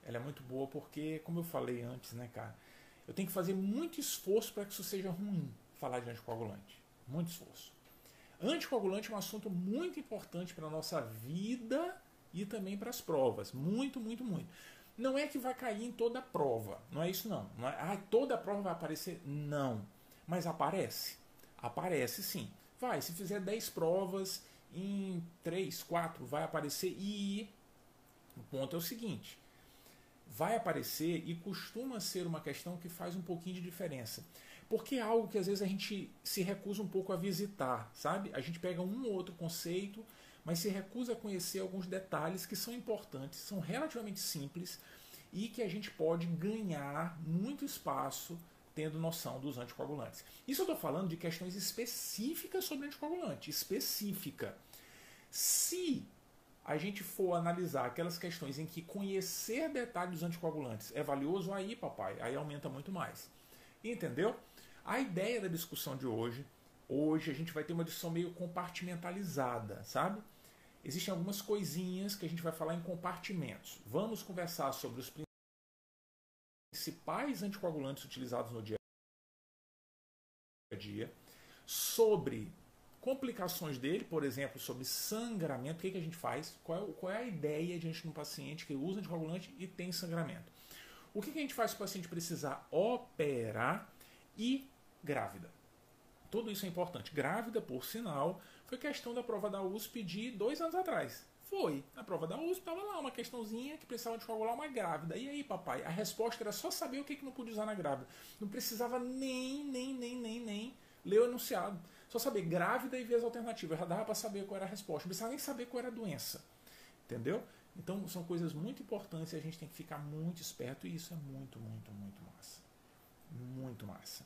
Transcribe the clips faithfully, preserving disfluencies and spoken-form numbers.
Ela é muito boa porque, como eu falei antes, né, cara, eu tenho que fazer muito esforço para que isso seja ruim, falar de anticoagulante. Muito esforço. Anticoagulante é um assunto muito importante para a nossa vida e também para as provas. Muito, muito, muito. Não é que vai cair em toda a prova. Não é isso, não. Não é, ah, toda a prova vai aparecer? Não. Mas aparece. Aparece sim. Vai, se fizer dez provas, em três, quatro vai aparecer. E o ponto é o seguinte. Vai aparecer e costuma ser uma questão que faz um pouquinho de diferença. Porque é algo que às vezes a gente se recusa um pouco a visitar, sabe? A gente pega um ou outro conceito, mas se recusa a conhecer alguns detalhes que são importantes, são relativamente simples e que a gente pode ganhar muito espaço tendo noção dos anticoagulantes. Isso eu estou falando de questões específicas sobre anticoagulante, específica. Se a gente for analisar aquelas questões em que conhecer detalhes dos anticoagulantes é valioso, aí, papai, aí aumenta muito mais. Entendeu? A ideia da discussão de hoje, hoje a gente vai ter uma discussão meio compartimentalizada, sabe? Existem algumas coisinhas que a gente vai falar em compartimentos. Vamos conversar sobre os principais anticoagulantes utilizados no dia a dia, sobre complicações dele, por exemplo, sobre sangramento, o que, que a gente faz, qual é, qual é a ideia de a gente, num paciente que usa anticoagulante e tem sangramento. O que, que a gente faz se o paciente precisar operar e grávida. Tudo isso é importante. Grávida, por sinal, foi questão da prova da U S P de dois anos atrás. Foi. Na prova da U S P estava lá uma questãozinha que precisava de coagular uma grávida. E aí, papai? A resposta era só saber o que, que não podia usar na grávida. Não precisava nem, nem, nem, nem, nem ler o enunciado. Só saber grávida e vias alternativas. Já dava para saber qual era a resposta. Não precisava nem saber qual era a doença. Entendeu? Então, são coisas muito importantes e a gente tem que ficar muito esperto. E isso é muito, muito, muito massa. Muito massa.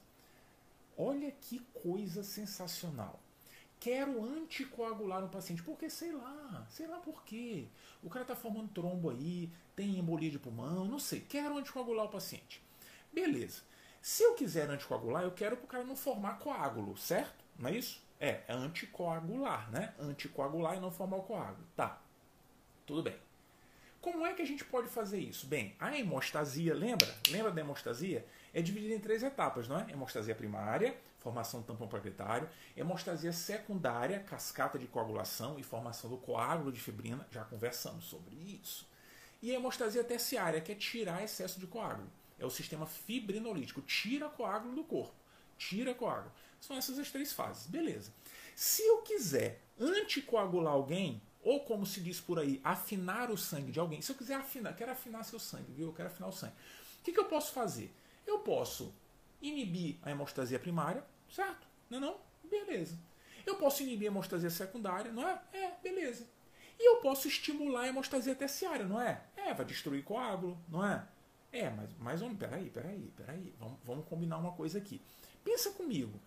Olha que coisa sensacional. Quero anticoagular no paciente. Porque sei lá, sei lá por quê. O cara está formando trombo aí, tem embolia de pulmão, não sei. Quero anticoagular o paciente. Beleza. Se eu quiser anticoagular, eu quero para o cara não formar coágulo, certo? Não é isso? É, é anticoagular, né? Anticoagular e não formar o coágulo. Tá, tudo bem. Como é que a gente pode fazer isso? Bem, a hemostasia, lembra? Lembra da hemostasia? É dividida em três etapas, não é? Hemostasia primária, formação do tampão plaquetário. Hemostasia secundária, cascata de coagulação e formação do coágulo de fibrina. Já conversamos sobre isso. E a hemostasia terciária, que é tirar excesso de coágulo. É o sistema fibrinolítico. Tira coágulo do corpo. Tira coágulo. São essas as três fases. Beleza. Se eu quiser anticoagular alguém, ou como se diz por aí, afinar o sangue de alguém. Se eu quiser afinar, quero afinar seu sangue, viu? Eu quero afinar o sangue. O que, que eu posso fazer? Eu posso inibir a hemostasia primária, certo? Não é não? Beleza. Eu posso inibir a hemostasia secundária, não é? É, beleza. E eu posso estimular a hemostasia terciária, não é? É, vai destruir coágulo, não é? É, mas, mas vamos, peraí, peraí, peraí. Vamos, vamos combinar uma coisa aqui. Pensa comigo.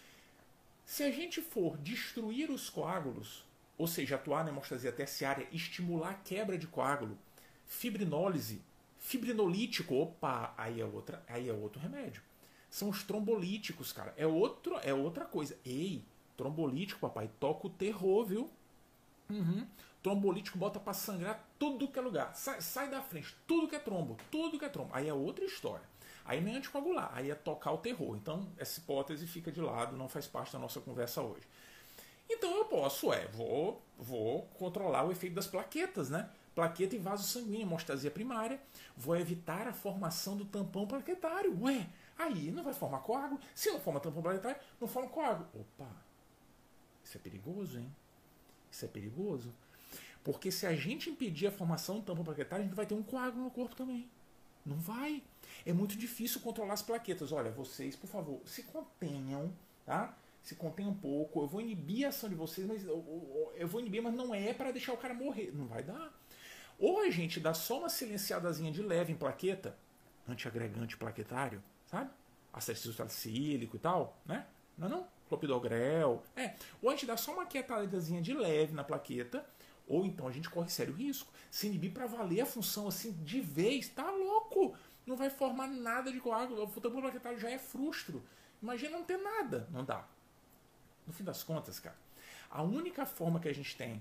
Se a gente for destruir os coágulos, ou seja, atuar na hemostasia terciária, estimular a quebra de coágulo, fibrinólise, fibrinolítico, opa, aí é, outra, aí é outro remédio. São os trombolíticos, cara. É, outro, é outra coisa. Ei, trombolítico, papai, toca o terror, viu? Uhum. Trombolítico bota pra sangrar tudo que é lugar. Sai, sai da frente, tudo que é trombo, tudo que é trombo. Aí é outra história. Aí não é anticoagular, aí é tocar o terror. Então, essa hipótese fica de lado, não faz parte da nossa conversa hoje. Então eu posso, é, vou, vou controlar o efeito das plaquetas, né? Plaqueta e vaso sanguíneo, hemostasia primária. Vou evitar a formação do tampão plaquetário. Ué, aí não vai formar coágulo. Se não forma tampão plaquetário, não forma coágulo. Opa, isso é perigoso, hein? Isso é perigoso. Porque se a gente impedir a formação do tampão plaquetário, a gente vai ter um coágulo no corpo também. Não vai. É muito difícil controlar as plaquetas. Olha, vocês, por favor, se contenham, tá? Se contém um pouco, eu vou inibir a ação de vocês, mas eu, eu vou inibir, mas não é para deixar o cara morrer. Não vai dar. Ou a gente dá só uma silenciadazinha de leve em plaqueta, antiagregante plaquetário, sabe? Acético salicílico e tal, né? Não é não? Clopidogrel. É. Ou a gente dá só uma quietadazinha de leve na plaqueta, ou então a gente corre sério risco. Se inibir para valer a função assim de vez, tá louco? Não vai formar nada de coágulo. O tampão plaquetário já é frustro. Imagina não ter nada. Não dá. No fim das contas, cara, a única forma que a gente tem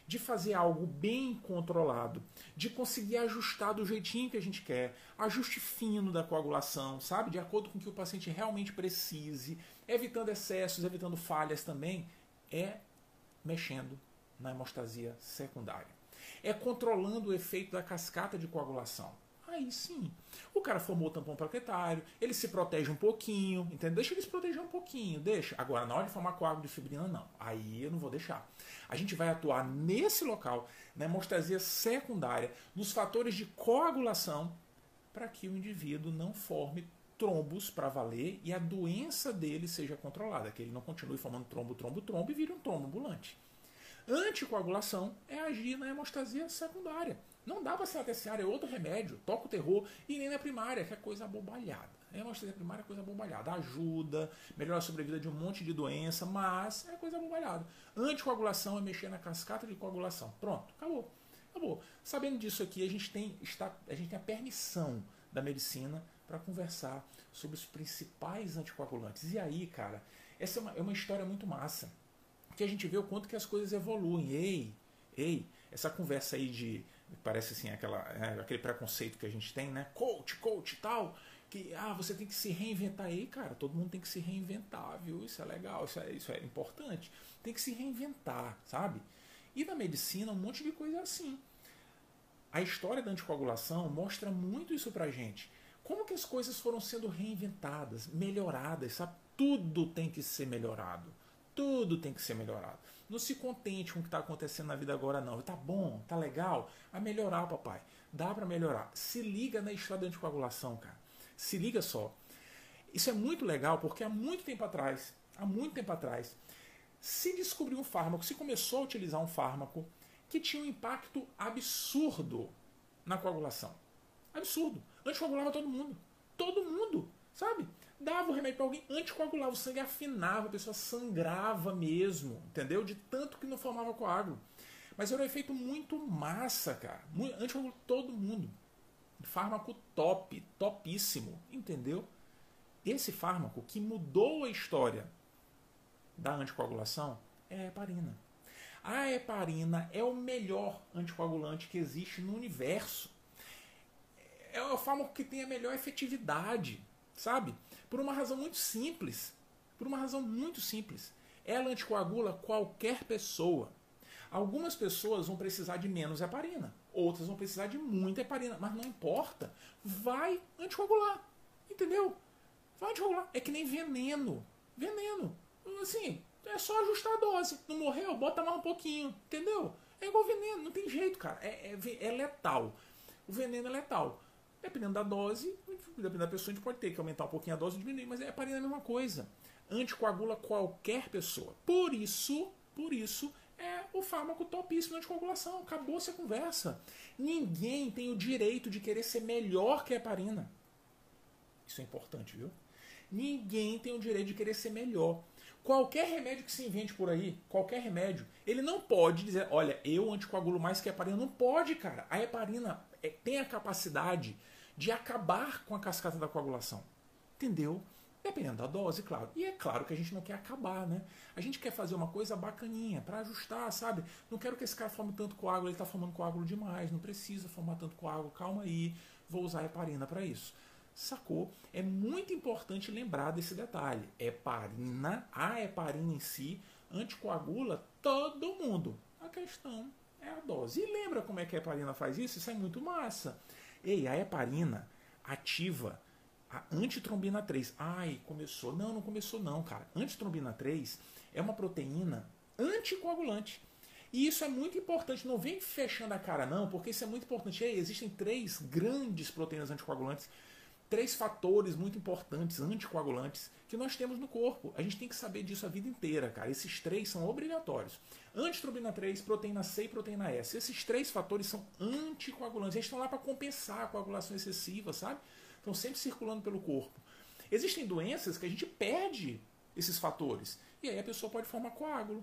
de fazer algo bem controlado, de conseguir ajustar do jeitinho que a gente quer, ajuste fino da coagulação, sabe? De acordo com o que o paciente realmente precise, evitando excessos, evitando falhas também, é mexendo na hemostasia secundária. É controlando o efeito da cascata de coagulação. Aí sim, o cara formou o tampão plaquetário, ele se protege um pouquinho, entendeu? Deixa ele se proteger um pouquinho, deixa. Agora, na hora de formar coágulo de fibrina, não. Aí eu não vou deixar. A gente vai atuar nesse local, na hemostasia secundária, nos fatores de coagulação, para que o indivíduo não forme trombos para valer e a doença dele seja controlada, que ele não continue formando trombo, trombo, trombo e vire um trombo ambulante. Anticoagulação é agir na hemostasia secundária. Não dá para ser na terciária, é outro remédio, toca o terror, e nem na primária, que é coisa abobalhada. A hemostasia primária é coisa abobalhada, ajuda, melhora a sobrevida de um monte de doença, mas é coisa abobalhada. Anticoagulação é mexer na cascata de coagulação. Pronto, acabou. Acabou. Sabendo disso aqui, a gente tem, está, a, gente tem a permissão da medicina para conversar sobre os principais anticoagulantes. E aí, cara, essa é uma, é uma história muito massa, que a gente vê o quanto que as coisas evoluem. Ei, ei, essa conversa aí de... Parece assim, aquela, é, aquele preconceito que a gente tem, né? Coach, coach e tal. Que ah, você tem que se reinventar. Aí, cara, todo mundo tem que se reinventar, viu? Isso é legal, isso é, isso é importante. Tem que se reinventar, sabe? E na medicina, um monte de coisa assim. A história da anticoagulação mostra muito isso pra gente. Como que as coisas foram sendo reinventadas, melhoradas, sabe? Tudo tem que ser melhorado. Tudo tem que ser melhorado. Não se contente com o que está acontecendo na vida agora, não. Tá bom, tá legal. A melhorar, papai. Dá para melhorar. Se liga na história da anticoagulação, cara. Se liga só. Isso é muito legal porque há muito tempo atrás, há muito tempo atrás, se descobriu um fármaco, se começou a utilizar um fármaco que tinha um impacto absurdo na coagulação. Absurdo. Anticoagulava todo mundo. Todo mundo, sabe? Dava o remédio para alguém, anticoagulava, o sangue afinava, a pessoa sangrava mesmo, entendeu? De tanto que não formava coágulo. Mas era um efeito muito massa, cara. Anticoagulava todo mundo. Fármaco top, topíssimo, entendeu? Esse fármaco que mudou a história da anticoagulação é a heparina. A heparina é o melhor anticoagulante que existe no universo. É o fármaco que tem a melhor efetividade, sabe? Por uma razão muito simples. Por uma razão muito simples. Ela anticoagula qualquer pessoa. Algumas pessoas vão precisar de menos heparina. Outras vão precisar de muita heparina. Mas não importa. Vai anticoagular. Entendeu? Vai anticoagular. É que nem veneno. Veneno. Assim, é só ajustar a dose. Não morreu? Bota mais um pouquinho. Entendeu? É igual veneno. Não tem jeito, cara. É, é, é letal. O veneno é letal. Dependendo da dose, dependendo da pessoa, a gente pode ter que aumentar um pouquinho a dose e diminuir, mas a heparina é a mesma coisa. Anticoagula qualquer pessoa. Por isso, por isso, é o fármaco topíssimo de anticoagulação. Acabou-se a conversa. Ninguém tem o direito de querer ser melhor que a heparina. Isso é importante, viu? Ninguém tem o direito de querer ser melhor. Qualquer remédio que se invente por aí, qualquer remédio, ele não pode dizer, olha, eu anticoagulo mais que a heparina. Não pode, cara. A heparina é, tem a capacidade de acabar com a cascata da coagulação. Entendeu? Dependendo da dose, claro. E é claro que a gente não quer acabar, né? A gente quer fazer uma coisa bacaninha, para ajustar, sabe? Não quero que esse cara forme tanto coágulo, ele está formando coágulo demais, não precisa formar tanto coágulo, calma aí, vou usar a heparina para isso. Sacou? É muito importante lembrar desse detalhe. Heparina, a heparina em si, anticoagula todo mundo. A questão é a dose. E lembra como é que a heparina faz isso? Isso é muito massa. Ei, a heparina ativa a antitrombina três. Ai, começou. Não, não começou não, cara. Antitrombina três é uma proteína anticoagulante. E isso é muito importante. Não vem fechando a cara não, porque isso é muito importante. Ei, existem três grandes proteínas anticoagulantes, três fatores muito importantes anticoagulantes que nós temos no corpo. A gente tem que saber disso a vida inteira, cara. Esses três são obrigatórios. Antitrombina três, proteína C e proteína S. Esses três fatores são anticoagulantes. Eles estão lá para compensar a coagulação excessiva, sabe? Estão sempre circulando pelo corpo. Existem doenças que a gente perde esses fatores. E aí a pessoa pode formar coágulo.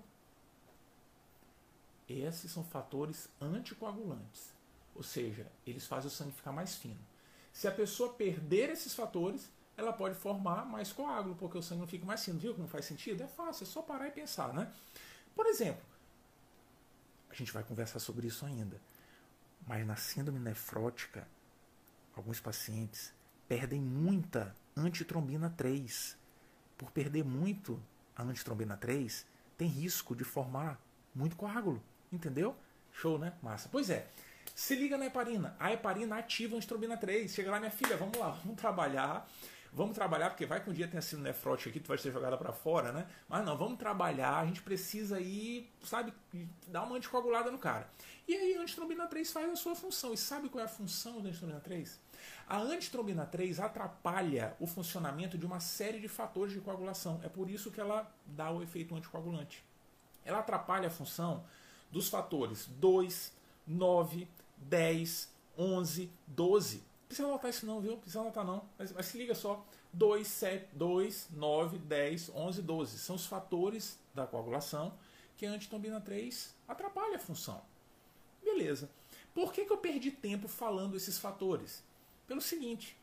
Esses são fatores anticoagulantes. Ou seja, eles fazem o sangue ficar mais fino. Se a pessoa perder esses fatores, ela pode formar mais coágulo, porque o sangue não fica mais fino. Viu como faz sentido? É fácil, é só parar e pensar, né? Por exemplo, A gente vai conversar sobre isso ainda. Mas na síndrome nefrótica, alguns pacientes perdem muita antitrombina três. Por perder muito a antitrombina três, tem risco de formar muito coágulo. Entendeu? Show, né? Massa. Pois é. Se liga na heparina. A heparina ativa a antitrombina três. Chega lá, minha filha, vamos lá, vamos trabalhar. Vamos trabalhar, porque vai que um dia tenha sido nefrótico aqui, tu vai ser jogada para fora, né? Mas não, vamos trabalhar, a gente precisa ir, sabe, dar uma anticoagulada no cara. E aí a antitrombina três faz a sua função. E sabe qual é a função da antitrombina três? A antitrombina três atrapalha o funcionamento de uma série de fatores de coagulação. É por isso que ela dá o efeito anticoagulante. Ela atrapalha a função dos fatores dois, nove, dez, onze, doze. Não precisa anotar isso não, viu? Não precisa anotar não. Mas, mas se liga só. dois, sete, dois, nove, dez, onze, doze. São os fatores da coagulação que a antitrombina três atrapalha a função. Beleza. Por que, que eu perdi tempo falando esses fatores? Pelo seguinte.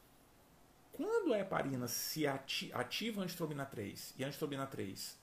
Quando a heparina se ati ativa a antitrombina três e a antitrombina três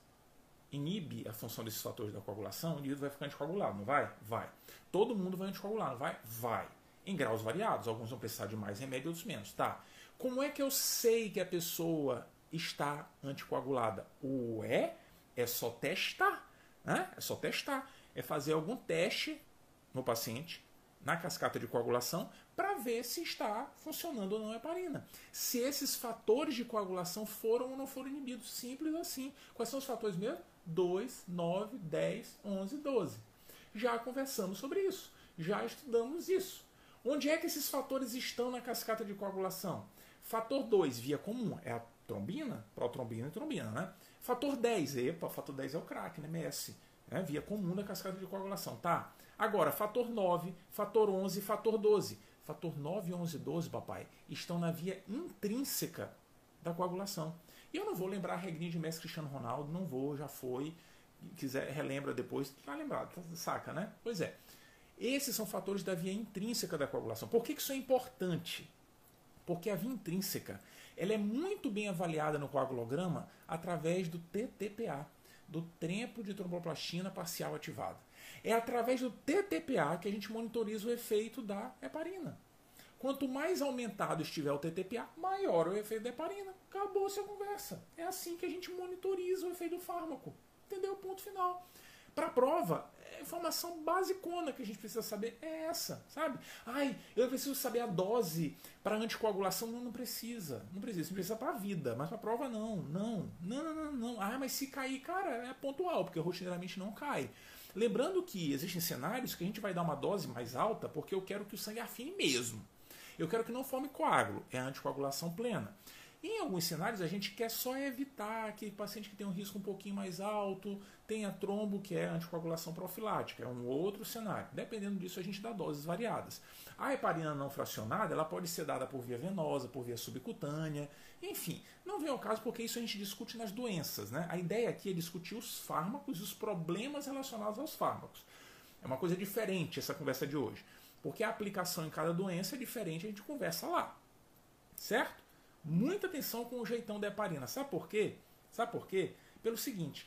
inibe a função desses fatores da coagulação, o indivíduo vai ficar anticoagulado, não vai? Vai. Todo mundo vai anticoagular, não vai? Vai. Em graus variados, alguns vão precisar de mais remédio, outros menos. Tá. Como é que eu sei que a pessoa está anticoagulada? Ué, é só testar, né? É só testar. É fazer algum teste no paciente, na cascata de coagulação, para ver se está funcionando ou não a heparina. Se esses fatores de coagulação foram ou não foram inibidos. Simples assim. Quais são os fatores mesmo? dois, nove, dez, onze, doze. Já conversamos sobre isso. Já estudamos isso. Onde é que esses fatores estão na cascata de coagulação? Fator dois, via comum, é a trombina, protrombina e trombina, né? Fator dez, epa, fator dez é o crack, né? M S, né? Via comum da cascata de coagulação, tá? Agora, fator nove, fator onze, fator doze. Fator nove, onze e doze, papai, estão na via intrínseca da coagulação. E eu não vou lembrar a regrinha de Messi Cristiano Ronaldo, não vou, já foi. Quiser, relembra depois, tá lembrado, saca, né? Pois é. Esses são fatores da via intrínseca da coagulação. Por que isso é importante? Porque a via intrínseca ela é muito bem avaliada no coagulograma através do T T P A, do tempo de tromboplastina parcial ativada. É através do T T P A que a gente monitoriza o efeito da heparina. Quanto mais aumentado estiver o T T P A, maior o efeito da heparina. Acabou-se a conversa. É assim que a gente monitoriza o efeito do fármaco. Entendeu? Ponto final. Para a prova, a informação basicona que a gente precisa saber é essa, sabe? Ai, eu preciso saber a dose para anticoagulação. Não, não precisa. Não precisa. Não precisa para a vida, mas para a prova não. Não, não, não, não, não. Ah, mas se cair, cara, é pontual, porque rotineiramente não cai. Lembrando que existem cenários que a gente vai dar uma dose mais alta porque eu quero que o sangue afine mesmo. Eu quero que não forme coágulo. É a anticoagulação plena. Em alguns cenários, a gente quer só evitar que paciente que tem um risco um pouquinho mais alto tenha trombo, que é anticoagulação profilática. É um outro cenário. Dependendo disso, a gente dá doses variadas. A heparina não fracionada ela pode ser dada por via venosa, por via subcutânea. Enfim, não vem ao caso porque isso a gente discute nas doenças, né? A ideia aqui é discutir os fármacos e os problemas relacionados aos fármacos. É uma coisa diferente essa conversa de hoje. Porque a aplicação em cada doença é diferente, a gente conversa lá. Certo? Muita atenção com o jeitão da heparina. Sabe por quê? Sabe por quê? Pelo seguinte,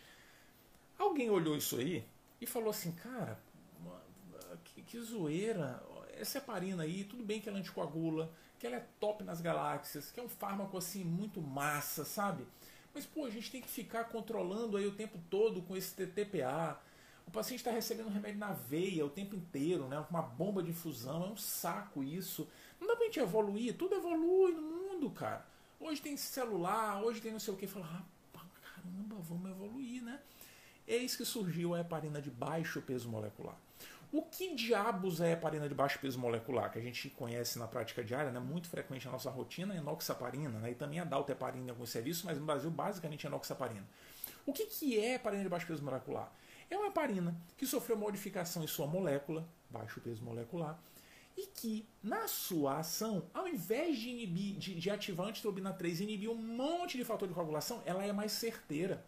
alguém olhou isso aí e falou assim, cara, que, que zoeira, essa heparina aí, tudo bem que ela anticoagula, que ela é top nas galáxias, que é um fármaco assim muito massa, sabe? Mas pô, a gente tem que ficar controlando aí o tempo todo com esse T T P A. O paciente está recebendo remédio na veia o tempo inteiro, né? Com uma bomba de infusão, é um saco isso. Não dá pra gente evoluir, tudo evolui no mundo, cara. Hoje tem celular, hoje tem não sei o que. Fala, rapaz, caramba, vamos evoluir, né? Eis que surgiu a heparina de baixo peso molecular. O que diabos é a heparina de baixo peso molecular? Que a gente conhece na prática diária, né? Muito frequente na nossa rotina, é enoxaparina, né? E também a dalteparina em alguns serviços, mas no Brasil basicamente é enoxaparina. O que, que é heparina de baixo peso molecular? É uma heparina que sofreu modificação em sua molécula, baixo peso molecular, e que, na sua ação, ao invés de, inibir, de, de ativar a antitrombina três e inibir um monte de fator de coagulação, ela é mais certeira.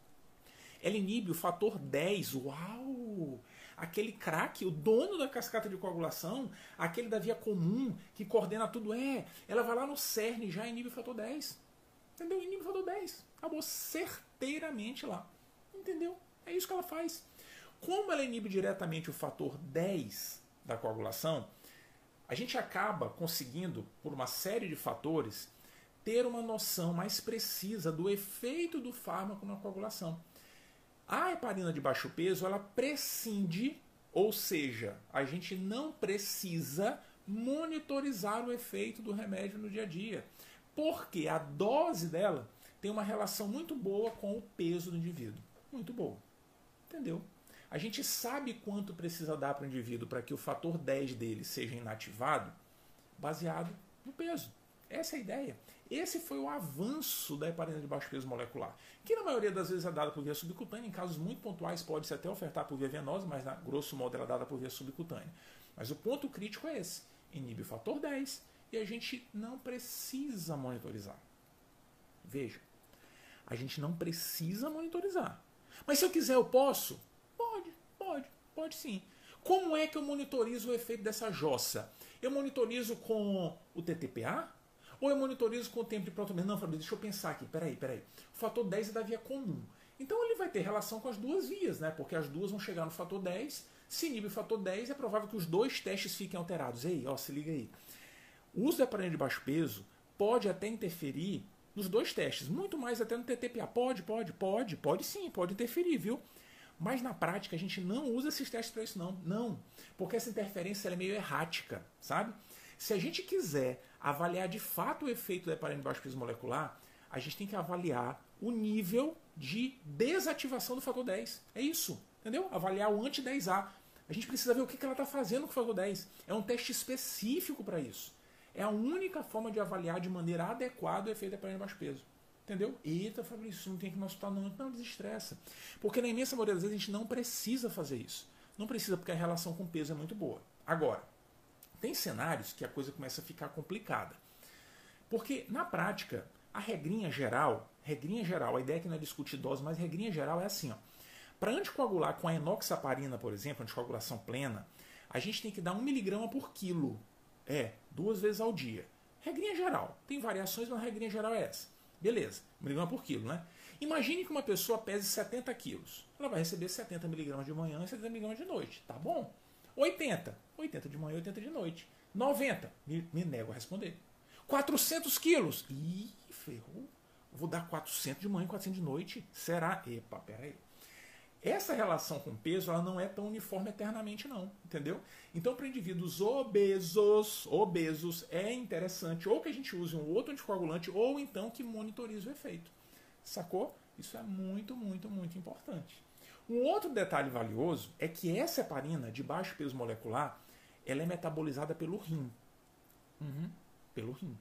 Ela inibe o fator dez, uau! Aquele craque, o dono da cascata de coagulação, aquele da via comum, que coordena tudo, é, ela vai lá no cerne e já inibe o fator dez. Entendeu? Inibe o fator dez. Acabou certeiramente lá. Entendeu? É isso que ela faz. Como ela inibe diretamente o fator dez da coagulação, a gente acaba conseguindo, por uma série de fatores, ter uma noção mais precisa do efeito do fármaco na coagulação. A heparina de baixo peso, ela prescinde, ou seja, a gente não precisa monitorizar o efeito do remédio no dia a dia, porque a dose dela tem uma relação muito boa com o peso do indivíduo. Muito boa. Entendeu? A gente sabe quanto precisa dar para o indivíduo para que o fator dez dele seja inativado, baseado no peso. Essa é a ideia. Esse foi o avanço da heparina de baixo peso molecular, que na maioria das vezes é dada por via subcutânea, em casos muito pontuais pode-se até ofertar por via venosa, mas na grosso modo ela é dada por via subcutânea. Mas o ponto crítico é esse. Inibe o fator dez e a gente não precisa monitorizar. Veja, a gente não precisa monitorizar. Mas se eu quiser eu posso? Pode, pode, pode sim. Como é que eu monitorizo o efeito dessa jossa? Eu monitorizo com o T T P A? Ou eu monitorizo com o tempo de protomenia? Não, Fabrício, deixa eu pensar aqui. Peraí, peraí. O fator dez é da via comum. Então ele vai ter relação com as duas vias, né? Porque as duas vão chegar no fator dez. Se inibe o fator dez, é provável que os dois testes fiquem alterados. Ei, ó, se liga aí. O uso da heparina de baixo peso pode até interferir nos dois testes. Muito mais até no T T P A. Pode, pode, pode. Pode sim, pode interferir, viu? Mas na prática a gente não usa esses testes para isso não. Não. Porque essa interferência ela é meio errática, sabe? Se a gente quiser avaliar de fato o efeito da heparina de baixo peso molecular, a gente tem que avaliar o nível de desativação do fator dez. É isso, entendeu? Avaliar o anti dez A. A gente precisa ver o que ela está fazendo com o fator dez. É um teste específico para isso. É a única forma de avaliar de maneira adequada o efeito da heparina de baixo peso. Entendeu? Eita, Fabrício, não tem que ir no hospital não. Não, desestressa. Porque na imensa maioria das vezes a gente não precisa fazer isso. Não precisa porque a relação com o peso é muito boa. Agora, tem cenários que a coisa começa a ficar complicada. Porque, na prática, a regrinha geral, regrinha geral, a ideia é que não é discutir dose, mas a regrinha geral é assim, ó. Para anticoagular com a enoxaparina, por exemplo, anticoagulação plena, a gente tem que dar um miligrama por quilo. É, duas vezes ao dia. Regrinha geral. Tem variações, mas a regrinha geral é essa. Beleza, miligrama por quilo, né? Imagine que uma pessoa pese setenta quilos. Ela vai receber setenta miligramas de manhã e setenta miligramas de noite. Tá bom? oitenta. oitenta de manhã e oitenta de noite. noventa. Me, me nego a responder. quatrocentos quilos. Ih, ferrou. Vou dar quatrocentos de manhã e quatrocentos de noite? Será? Epa, peraí. Essa relação com peso ela não é tão uniforme eternamente, não. Entendeu? Então, para indivíduos obesos, obesos, é interessante ou que a gente use um outro anticoagulante ou então que monitorize o efeito. Sacou? Isso é muito, muito, muito importante. Um outro detalhe valioso é que essa heparina de baixo peso molecular ela é metabolizada pelo rim. Uhum, pelo rim.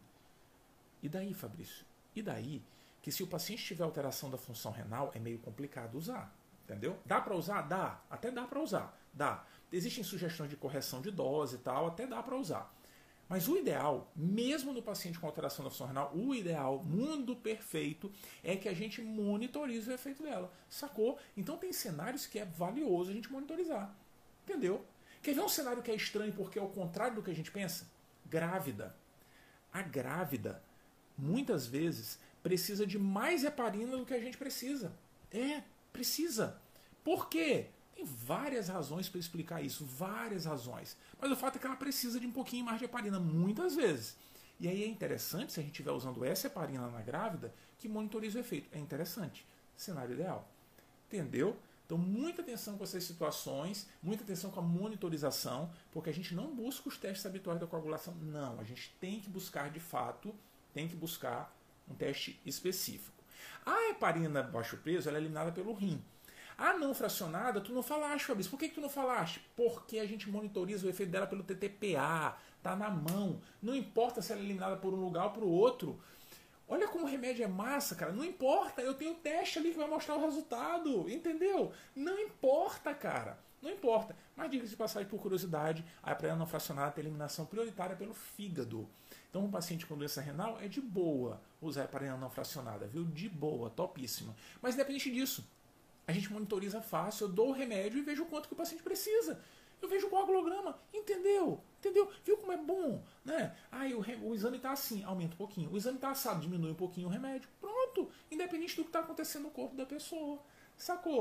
E daí, Fabrício? E daí que se o paciente tiver alteração da função renal, é meio complicado usar. Entendeu? Dá para usar? Dá. Até dá para usar. Dá. Existem sugestões de correção de dose e tal, até dá para usar. Mas o ideal, mesmo no paciente com alteração da função renal, o ideal, mundo perfeito, é que a gente monitorize o efeito dela. Sacou? Então tem cenários que é valioso a gente monitorizar. Entendeu? Quer ver um cenário que é estranho porque é o contrário do que a gente pensa? Grávida. A grávida, muitas vezes, precisa de mais heparina do que a gente precisa. É, precisa. Por quê? Tem várias razões para explicar isso, várias razões. Mas o fato é que ela precisa de um pouquinho mais de heparina, muitas vezes. E aí é interessante, se a gente estiver usando essa heparina na grávida, que monitorize o efeito. É interessante. Cenário ideal. Entendeu? Então, muita atenção com essas situações, muita atenção com a monitorização, porque a gente não busca os testes habituais da coagulação. Não, a gente tem que buscar, de fato, tem que buscar um teste específico. A heparina baixo peso ela é eliminada pelo rim. A não fracionada, tu não falaste, Fabrício. Por que, que tu não falaste? Porque a gente monitoriza o efeito dela pelo T T P A. Tá na mão. Não importa se ela é eliminada por um lugar ou por outro. Olha como o remédio é massa, cara. Não importa. Eu tenho teste ali que vai mostrar o resultado. Entendeu? Não importa, cara. Não importa. Mas diga-se de passagem, por curiosidade, a heparina não fracionada tem eliminação prioritária pelo fígado. Então, um paciente com doença renal é de boa usar a heparina não fracionada, viu? De boa, topíssima. Mas independente disso, a gente monitoriza fácil, eu dou o remédio e vejo o quanto que o paciente precisa. Eu vejo o coagulograma, entendeu? Entendeu? Viu como é bom? Né? Aí o, o exame está assim, aumenta um pouquinho. O exame está assado, diminui um pouquinho o remédio. Pronto, independente do que está acontecendo no corpo da pessoa. Sacou?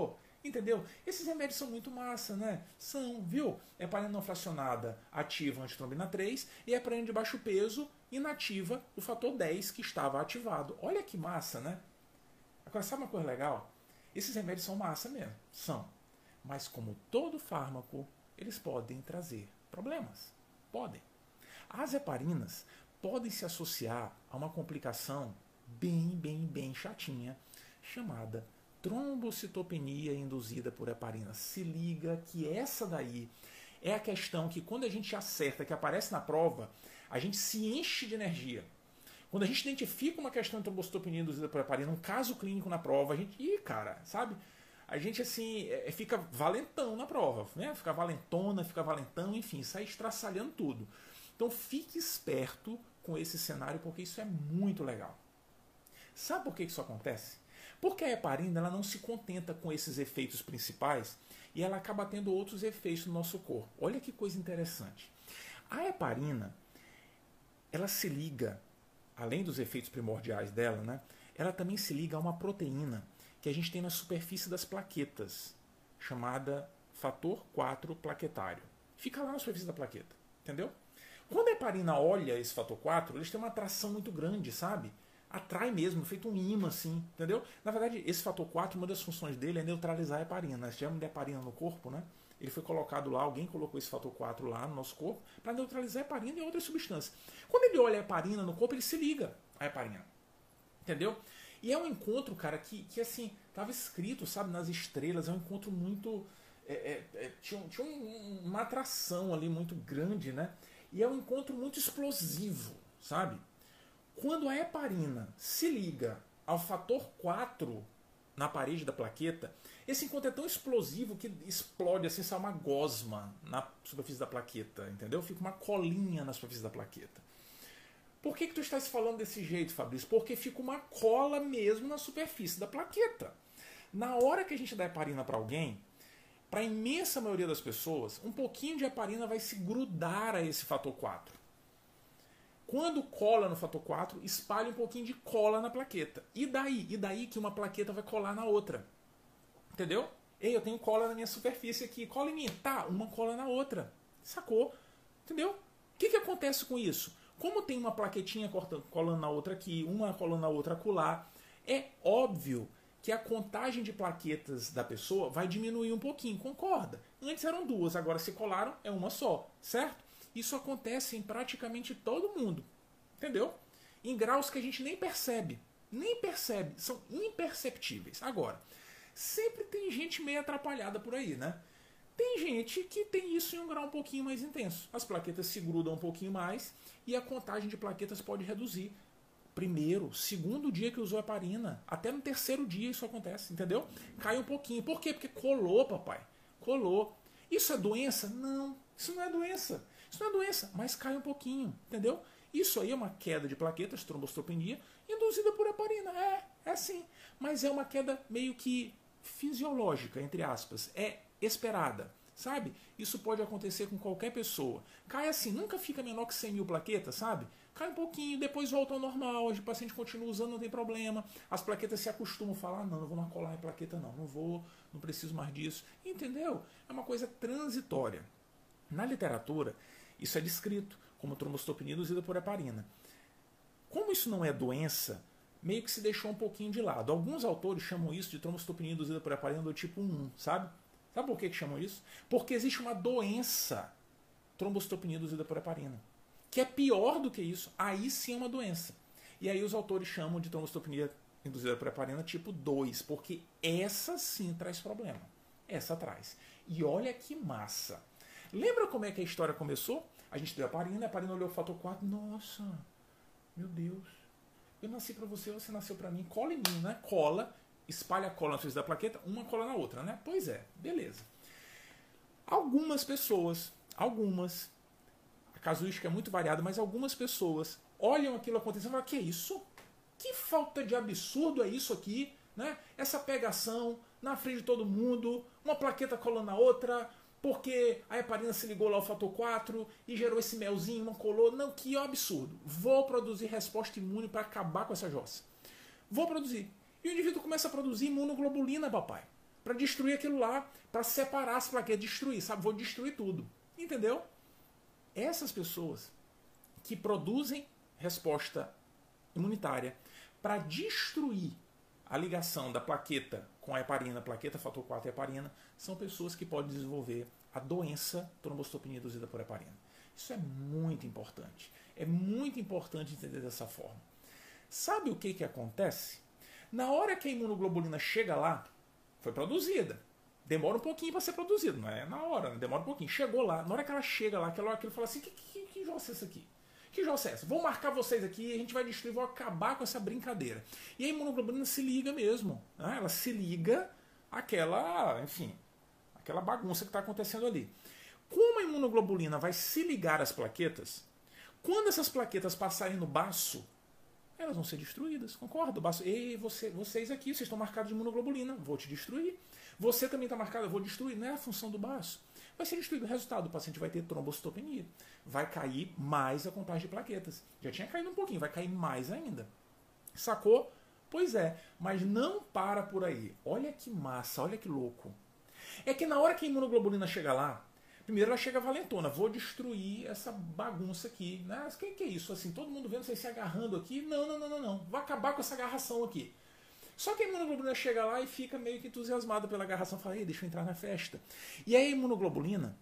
Entendeu? Esses remédios são muito massa, né? São, viu? Heparina não fracionada ativa a antitrombina três e heparina de baixo peso inativa o fator dez que estava ativado. Olha que massa, né? Agora, sabe uma coisa legal? Esses remédios são massa mesmo, são. Mas como todo fármaco, eles podem trazer problemas. Podem. As heparinas podem se associar a uma complicação bem, bem, bem chatinha, chamada trombocitopenia induzida por heparina. Se liga que essa daí é a questão que quando a gente acerta, que aparece na prova, a gente se enche de energia. Quando a gente identifica uma questão de trombocitopenia induzida por heparina, um caso clínico na prova, a gente, ih, cara, sabe? A gente assim é, fica valentão na prova, né? Fica valentona, fica valentão, enfim, sai estraçalhando tudo. Então fique esperto com esse cenário, porque isso é muito legal. Sabe por que isso acontece? Porque a heparina ela não se contenta com esses efeitos principais e ela acaba tendo outros efeitos no nosso corpo. Olha que coisa interessante. A heparina, ela se liga, além dos efeitos primordiais dela, né, ela também se liga a uma proteína que a gente tem na superfície das plaquetas, chamada fator quatro plaquetário. Fica lá na superfície da plaqueta, entendeu? Quando a heparina olha esse fator quatro, eles têm uma atração muito grande, sabe? Atrai mesmo, feito um imã, assim, entendeu? Na verdade, esse fator quatro, uma das funções dele é neutralizar a heparina. Nós chamamos de heparina no corpo, né? Ele foi colocado lá, alguém colocou esse fator quatro lá no nosso corpo para neutralizar a heparina e outras substâncias. Quando ele olha a heparina no corpo, ele se liga à heparina. Entendeu? E é um encontro, cara, que, que assim, estava escrito, sabe, nas estrelas, é um encontro muito... É, é, é, tinha tinha um, uma atração ali muito grande, né? E é um encontro muito explosivo, sabe? Quando a heparina se liga ao fator quatro na parede da plaqueta, esse encontro é tão explosivo que explode, assim, sai uma gosma na superfície da plaqueta, entendeu? Fica uma colinha na superfície da plaqueta. Por que que tu estás falando desse jeito, Fabrício? Porque fica uma cola mesmo na superfície da plaqueta. Na hora que a gente dá heparina para alguém, para a imensa maioria das pessoas, um pouquinho de heparina vai se grudar a esse fator quatro. Quando cola no fator quatro, espalha um pouquinho de cola na plaqueta. E daí? E daí que uma plaqueta vai colar na outra. Entendeu? Ei, eu tenho cola na minha superfície aqui. Cola em mim. Tá, uma cola na outra. Sacou? Entendeu? O que que acontece com isso? Como tem uma plaquetinha colando na outra aqui, uma colando na outra acolá, é óbvio que a contagem de plaquetas da pessoa vai diminuir um pouquinho, concorda? Antes eram duas, agora se colaram é uma só, certo? Isso acontece em praticamente todo mundo, entendeu? Em graus que a gente nem percebe, nem percebe, são imperceptíveis. Agora, sempre tem gente meio atrapalhada por aí, né? Tem gente que tem isso em um grau um pouquinho mais intenso. As plaquetas se grudam um pouquinho mais e a contagem de plaquetas pode reduzir. Primeiro, segundo dia que usou a heparina, até no terceiro dia isso acontece, entendeu? Cai um pouquinho. Por quê? Porque colou, papai. Colou. Isso é doença? Não, isso não é doença. Isso não é doença, mas cai um pouquinho, entendeu? Isso aí é uma queda de plaquetas, trombocitopenia, induzida por heparina. É, é assim. Mas é uma queda meio que fisiológica, entre aspas. É esperada, sabe? Isso pode acontecer com qualquer pessoa. Cai assim, nunca fica menor que cem mil plaquetas, sabe? Cai um pouquinho, depois volta ao normal, o paciente continua usando, não tem problema. As plaquetas se acostumam a falar, ah, não, não vou mais colar em plaqueta não, não vou, não preciso mais disso. Entendeu? É uma coisa transitória. Na literatura, isso é descrito como trombocitopenia induzida por heparina. Como isso não é doença, meio que se deixou um pouquinho de lado. Alguns autores chamam isso de trombocitopenia induzida por heparina do tipo um, sabe? Sabe por que que chamam isso? Porque existe uma doença, trombocitopenia induzida por heparina, que é pior do que isso. Aí sim é uma doença. E aí os autores chamam de trombocitopenia induzida por heparina tipo dois, porque essa sim traz problema. Essa traz. E olha que massa. Lembra como é que a história começou? A gente deu a heparina, a heparina olhou o fator quatro. Nossa, meu Deus. Eu nasci para você, você nasceu para mim. Cola em mim, né? Cola. Espalha a cola na superfície da plaqueta, uma cola na outra, né? Pois é, beleza. Algumas pessoas, algumas, a casuística é muito variada, mas algumas pessoas olham aquilo acontecendo e falam, que é isso? Que falta de absurdo é isso aqui? Né? Essa pegação na frente de todo mundo, uma plaqueta colando na outra, porque a heparina se ligou lá ao fator quatro e gerou esse melzinho, não colou. Não, que absurdo. Vou produzir resposta imune para acabar com essa jossa. Vou produzir. E o indivíduo começa a produzir imunoglobulina, papai. para destruir aquilo lá, para separar as plaquetas, destruir, sabe? Vou destruir tudo. Entendeu? Essas pessoas que produzem resposta imunitária para destruir a ligação da plaqueta com a heparina, plaqueta fator quatro e heparina, são pessoas que podem desenvolver a doença trombocitopenia induzida por heparina. Isso é muito importante. É muito importante entender dessa forma. Sabe o que, que acontece? Na hora que a imunoglobulina chega lá, foi produzida. Demora um pouquinho para ser produzida, não é na hora, né? Demora um pouquinho. Chegou lá, na hora que ela chega lá, aquela hora que ele fala assim, que, que, que jossa é essa aqui? Que jossa é essa? Vou marcar vocês aqui, a gente vai destruir, vou acabar com essa brincadeira. E a imunoglobulina se liga mesmo. Né? Ela se liga àquela, enfim, aquela bagunça que está acontecendo ali. Como a imunoglobulina vai se ligar às plaquetas, quando essas plaquetas passarem no baço, elas vão ser destruídas, concorda? O baço, ei, você, vocês aqui, vocês estão marcados de imunoglobulina, vou te destruir. Você também está marcado, vou destruir. Não é a função do baço. Vai ser destruído. O resultado, o paciente vai ter trombocitopenia. Vai cair mais a contagem de plaquetas. Já tinha caído um pouquinho, vai cair mais ainda. Sacou? Pois é, mas não para por aí. Olha que massa, olha que louco. É que na hora que a imunoglobulina chega lá, primeiro ela chega valentona, vou destruir essa bagunça aqui. Né? O que, que é isso? Assim, todo mundo vendo vocês se agarrando aqui. Não, não, não, não, não. Vou acabar com essa agarração aqui. Só que a imunoglobulina chega lá e fica meio que entusiasmada pela agarração. Fala, ei, deixa eu entrar na festa. E aí a imunoglobulina,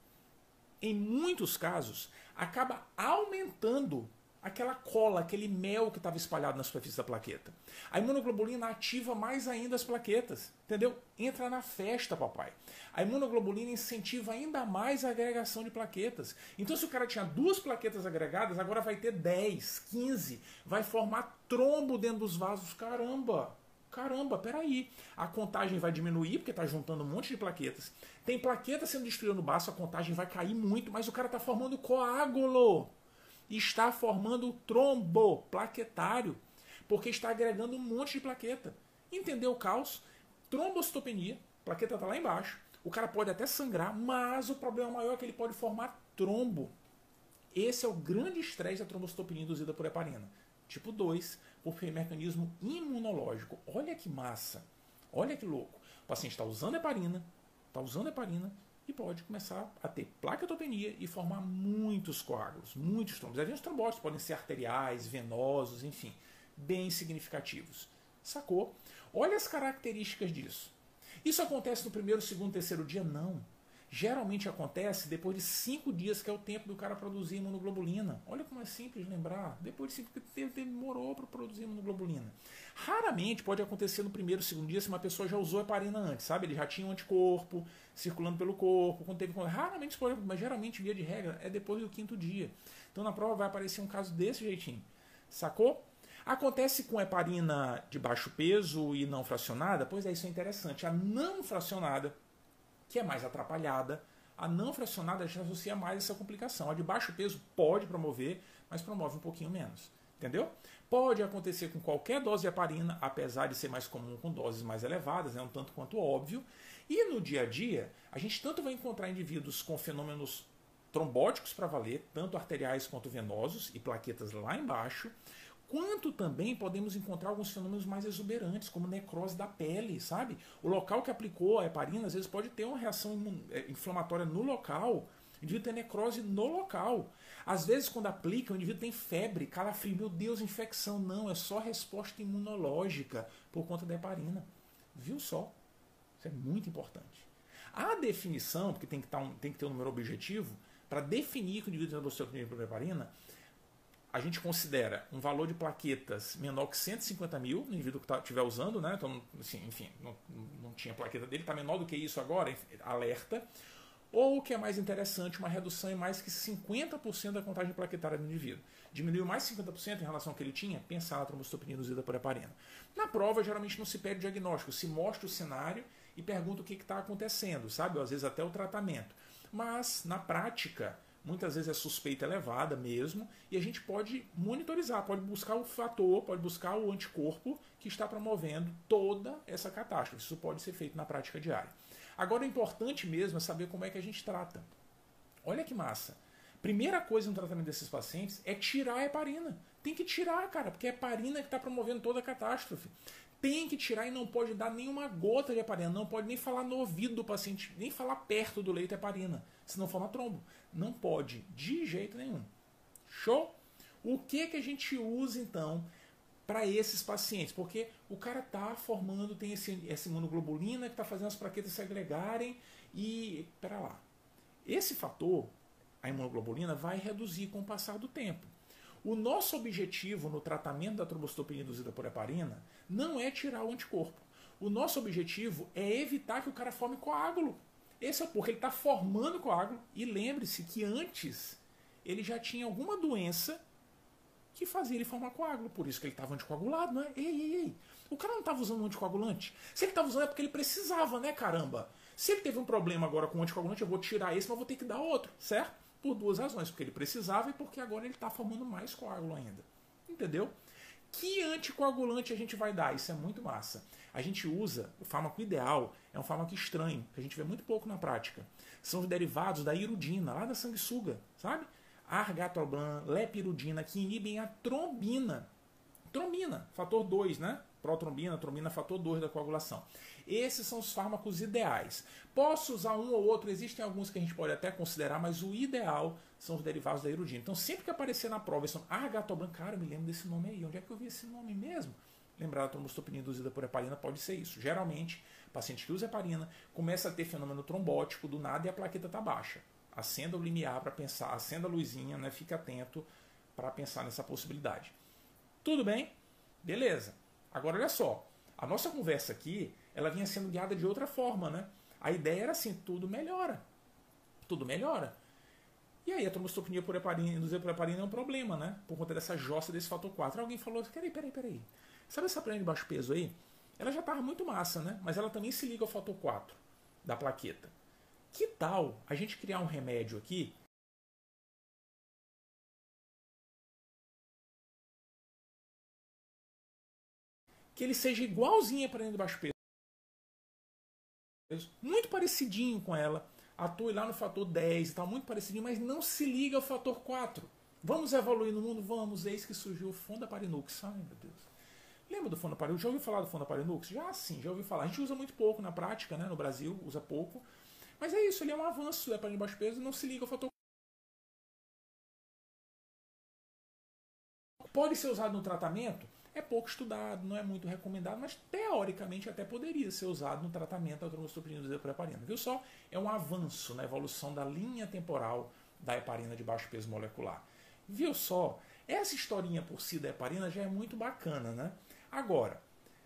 em muitos casos, acaba aumentando aquela cola, aquele mel que estava espalhado na superfície da plaqueta. A imunoglobulina ativa mais ainda as plaquetas. Entendeu? Entra na festa, papai. A imunoglobulina incentiva ainda mais a agregação de plaquetas. Então, se o cara tinha duas plaquetas agregadas, agora vai ter dez, quinze. Vai formar trombo dentro dos vasos. Caramba! Caramba, peraí. A contagem vai diminuir, porque está juntando um monte de plaquetas. Tem plaqueta sendo destruída no baço, a contagem vai cair muito, mas o cara está formando coágulo. Está formando trombo plaquetário, porque está agregando um monte de plaqueta. Entendeu o caos? Trombocitopenia, plaqueta está lá embaixo. O cara pode até sangrar, mas o problema maior é que ele pode formar trombo. Esse é o grande estresse da trombocitopenia induzida por heparina. Tipo dois, por mecanismo imunológico. Olha que massa. Olha que louco. O paciente está usando heparina, está usando heparina e pode começar a ter plaquetopenia e formar muitos coágulos, muitos trombos. Às vezes os trombócitos podem ser arteriais, venosos, enfim, bem significativos. Sacou? Olha as características disso. Isso acontece no primeiro, segundo, terceiro dia? Não. Geralmente acontece depois de cinco dias, que é o tempo do cara produzir imunoglobulina. Olha como é simples lembrar. Depois de cinco dias, demorou para produzir imunoglobulina. Raramente pode acontecer no primeiro, segundo dia, se uma pessoa já usou heparina antes, sabe? Ele já tinha um anticorpo circulando pelo corpo, quando teve... Raramente isso pode, mas geralmente, via de regra, é depois do quinto dia. Então na prova vai aparecer um caso desse jeitinho. Sacou? Acontece com heparina de baixo peso e não fracionada? Pois é, isso é interessante. A não fracionada, que é mais atrapalhada, a não fracionada a gente associa mais essa complicação. A de baixo peso pode promover, mas promove um pouquinho menos. Entendeu? Pode acontecer com qualquer dose de heparina, apesar de ser mais comum com doses mais elevadas, é um tanto quanto óbvio. E no dia a dia, a gente tanto vai encontrar indivíduos com fenômenos trombóticos para valer, tanto arteriais quanto venosos, e plaquetas lá embaixo, quanto também podemos encontrar alguns fenômenos mais exuberantes, como necrose da pele, sabe? O local que aplicou a heparina, às vezes, pode ter uma reação inflamatória no local, o indivíduo tem necrose no local. Às vezes, quando aplica, o indivíduo tem febre, calafrio, meu Deus, infecção. Não, é só resposta imunológica por conta da heparina. Viu só? Isso é muito importante. A definição, porque tem que, tá um, tem que ter um número objetivo, para definir que o indivíduo tem trombocitopenia por heparina, a gente considera um valor de plaquetas menor que cento e cinquenta mil, no indivíduo que estiver usando, né? Então, assim, enfim, não, não tinha plaqueta dele, está menor do que isso agora, alerta. Ou, o que é mais interessante, uma redução em mais que cinquenta por cento da contagem plaquetária do indivíduo. Diminuiu mais cinquenta por cento em relação ao que ele tinha, pensar na trombocitopenia induzida por heparina. Na prova, geralmente não se pede diagnóstico, se mostra o cenário e pergunta o que está acontecendo, sabe? Ou, às vezes até o tratamento. Mas, na prática, muitas vezes é suspeita elevada mesmo, e a gente pode monitorizar, pode buscar o fator, pode buscar o anticorpo que está promovendo toda essa catástrofe. Isso pode ser feito na prática diária. Agora, o importante mesmo é saber como é que a gente trata. Olha que massa. Primeira coisa no tratamento desses pacientes é tirar a heparina. Tem que tirar, cara, porque é a heparina que está promovendo toda a catástrofe. tem que tirar e não pode dar nenhuma gota de heparina, não pode nem falar no ouvido do paciente, nem falar perto do leito heparina, senão forma trombo. Não pode, de jeito nenhum. Show? O que, que a gente usa então para esses pacientes? Porque o cara está formando, tem esse, essa imunoglobulina que está fazendo as plaquetas se agregarem e, pera lá, esse fator, a imunoglobulina, vai reduzir com o passar do tempo. O nosso objetivo no tratamento da trombocitopenia induzida por heparina não é tirar o anticorpo. O nosso objetivo é evitar que o cara forme coágulo. Esse é porque ele está formando coágulo. E lembre-se que antes ele já tinha alguma doença que fazia ele formar coágulo. Por isso que ele estava anticoagulado, não é? Ei, ei, ei. O cara não estava usando um anticoagulante. Se ele estava usando é porque ele precisava, né, caramba? Se ele teve um problema agora com o anticoagulante, eu vou tirar esse, mas vou ter que dar outro, certo? Por duas razões, porque ele precisava e porque agora ele está formando mais coágulo ainda. Entendeu? Que anticoagulante a gente vai dar? Isso é muito massa. A gente usa, o fármaco ideal é um fármaco estranho, que a gente vê muito pouco na prática. São os derivados da irudina, lá da sanguessuga, sabe? Argatobran, lepirudina, que inibem a trombina. Trombina, fator dois, né? Protrombina, trombina, fator dois da coagulação. Esses são os fármacos ideais. Posso usar um ou outro, existem alguns que a gente pode até considerar, mas o ideal são os derivados da irudina. Então, sempre que aparecer na prova, são Argatobran, cara, eu me lembro desse nome aí. Onde é que eu vi esse nome mesmo? Lembrar da trombocitopenia induzida por heparina pode ser isso. Geralmente, o paciente que usa heparina começa a ter fenômeno trombótico do nada e a plaqueta está baixa. Acenda o limiar para pensar, acenda a luzinha, né? Fica atento para pensar nessa possibilidade. Tudo bem? Beleza. Agora, olha só. A nossa conversa aqui, ela vinha sendo guiada de outra forma, né? A ideia era assim, tudo melhora. Tudo melhora. E aí a trombocitopenia por heparina, induzida por heparina é um problema, né? Por conta dessa jossa desse fator quatro. Alguém falou, peraí, peraí, peraí. Sabe essa heparina de baixo peso aí? Ela já estava muito massa, né? Mas ela também se liga ao fator quatro da plaqueta. Que tal a gente criar um remédio aqui que ele seja igualzinho a heparina de baixo peso, muito parecidinho com ela, atue lá no fator dez e tal, muito parecidinho, mas não se liga ao fator quatro. Vamos evoluir no mundo? Vamos, eis que surgiu o Fondaparinux. Ai, meu Deus. Lembra do Fondaparinux? Já ouviu falar do Fondaparinux? Já sim, já ouvi falar. A gente usa muito pouco na prática, né? No Brasil, usa pouco. Mas é isso, ele é um avanço da heparina de baixo peso e não se liga ao fator quatro. Pode ser usado no tratamento? É pouco estudado, não é muito recomendado, mas teoricamente até poderia ser usado no tratamento da trombocitopenia induzida por heparina. Viu só? É um avanço na evolução da linha temporal da heparina de baixo peso molecular. Viu só? Essa historinha por si da heparina já é muito bacana, né? Agora,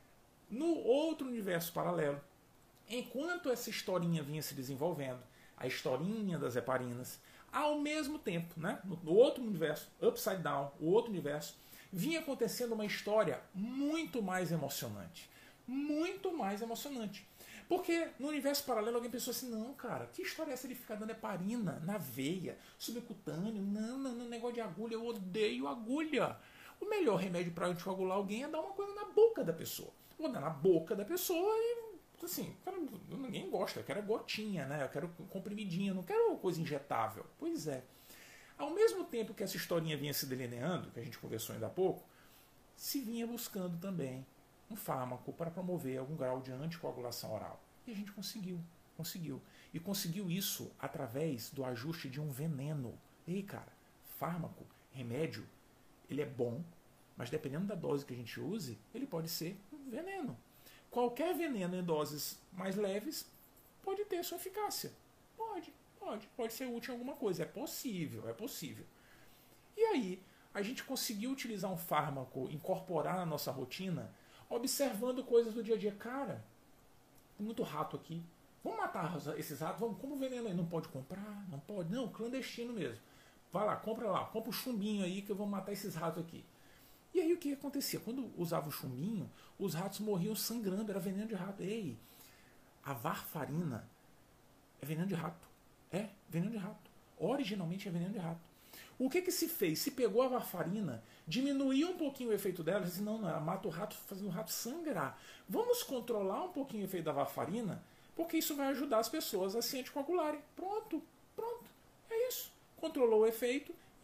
no outro universo paralelo, enquanto essa historinha vinha se desenvolvendo, a historinha das heparinas, ao mesmo tempo, né? No outro universo, upside down, o outro universo, vinha acontecendo uma história muito mais emocionante. Muito mais emocionante. Porque no universo paralelo alguém pensou assim, não, cara, que história é essa de ficar dando heparina na veia, subcutâneo? Não, não, não, negócio de agulha, eu odeio agulha. O melhor remédio para anticoagular alguém é dar uma coisa na boca da pessoa. Vou dar na boca da pessoa e, assim, cara, ninguém gosta, eu quero gotinha, né? Eu quero comprimidinha, não quero coisa injetável. Pois é. Ao mesmo tempo que essa historinha vinha se delineando, que a gente conversou ainda há pouco, se vinha buscando também um fármaco para promover algum grau de anticoagulação oral. E a gente conseguiu, conseguiu. E conseguiu isso através do ajuste de um veneno. Ei, cara, fármaco, remédio, ele é bom, mas dependendo da dose que a gente use, ele pode ser um veneno. Qualquer veneno em doses mais leves pode ter sua eficácia. Pode. Pode, pode ser útil em alguma coisa, é possível, é possível. E aí, a gente conseguiu utilizar um fármaco, incorporar na nossa rotina, observando coisas do dia a dia. Cara, tem muito rato aqui, vamos matar esses ratos, vamos, como veneno aí? Não pode comprar, não pode, não, clandestino mesmo. Vai lá, compra lá, compra o chumbinho aí que eu vou matar esses ratos aqui. E aí o que acontecia? Quando usava o chumbinho, os ratos morriam sangrando, era veneno de rato. Ei, a varfarina é veneno de rato. É, veneno de rato. Originalmente é veneno de rato. O que que se fez? Se pegou a varfarina, diminuiu um pouquinho o efeito dela, disse, não, não, ela mata o rato fazendo o rato sangrar. Vamos controlar um pouquinho o efeito da varfarina, porque isso vai ajudar as pessoas a se anticoagularem. Pronto, pronto. É isso. Controlou o efeito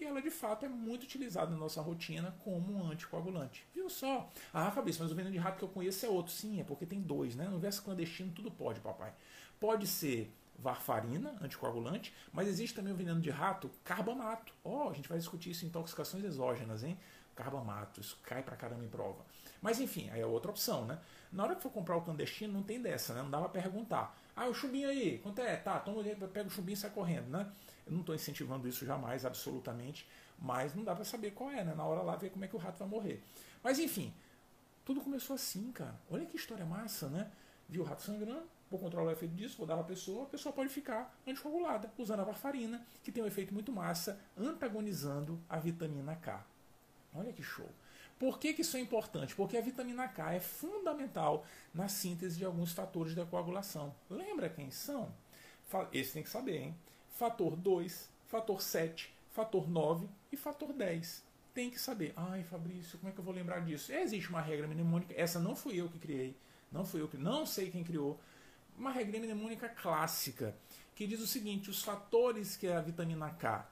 e ela de fato é muito utilizada na nossa rotina como um anticoagulante. Viu só? Ah, Fabrício, mas o veneno de rato que eu conheço é outro. Sim, é porque tem dois, né? No universo clandestino tudo pode, papai. Pode ser varfarina, anticoagulante, mas existe também o veneno de rato, carbamato. Ó, oh, a gente vai discutir isso em intoxicações exógenas, hein? Carbamato, isso cai pra caramba em prova. Mas enfim, aí é outra opção, né? Na hora que for comprar o clandestino, não tem dessa, né? Não dá pra perguntar. Ah, o chumbinho aí, quanto é? Tá, toma, pega o chumbinho e sai correndo, né? Eu não estou incentivando isso jamais, absolutamente, mas não dá para saber qual é, né? Na hora lá ver como é que o rato vai morrer. Mas enfim, tudo começou assim, cara. Olha que história massa, né? Viu o rato sangrando, vou controlar o efeito disso, vou dar para a pessoa, a pessoa pode ficar anticoagulada, usando a varfarina, que tem um efeito muito massa, antagonizando a vitamina K. Olha que show. Por que, que isso é importante? Porque a vitamina K é fundamental na síntese de alguns fatores da coagulação. Lembra quem são? Esse tem que saber, hein? Fator dois, fator sete, fator nove e fator dez. Tem que saber. Ai, Fabrício, como é que eu vou lembrar disso? Existe uma regra mnemônica, essa não fui eu que criei, não fui eu que, não sei quem criou, uma regra mnemônica clássica, que diz o seguinte: os fatores que a vitamina K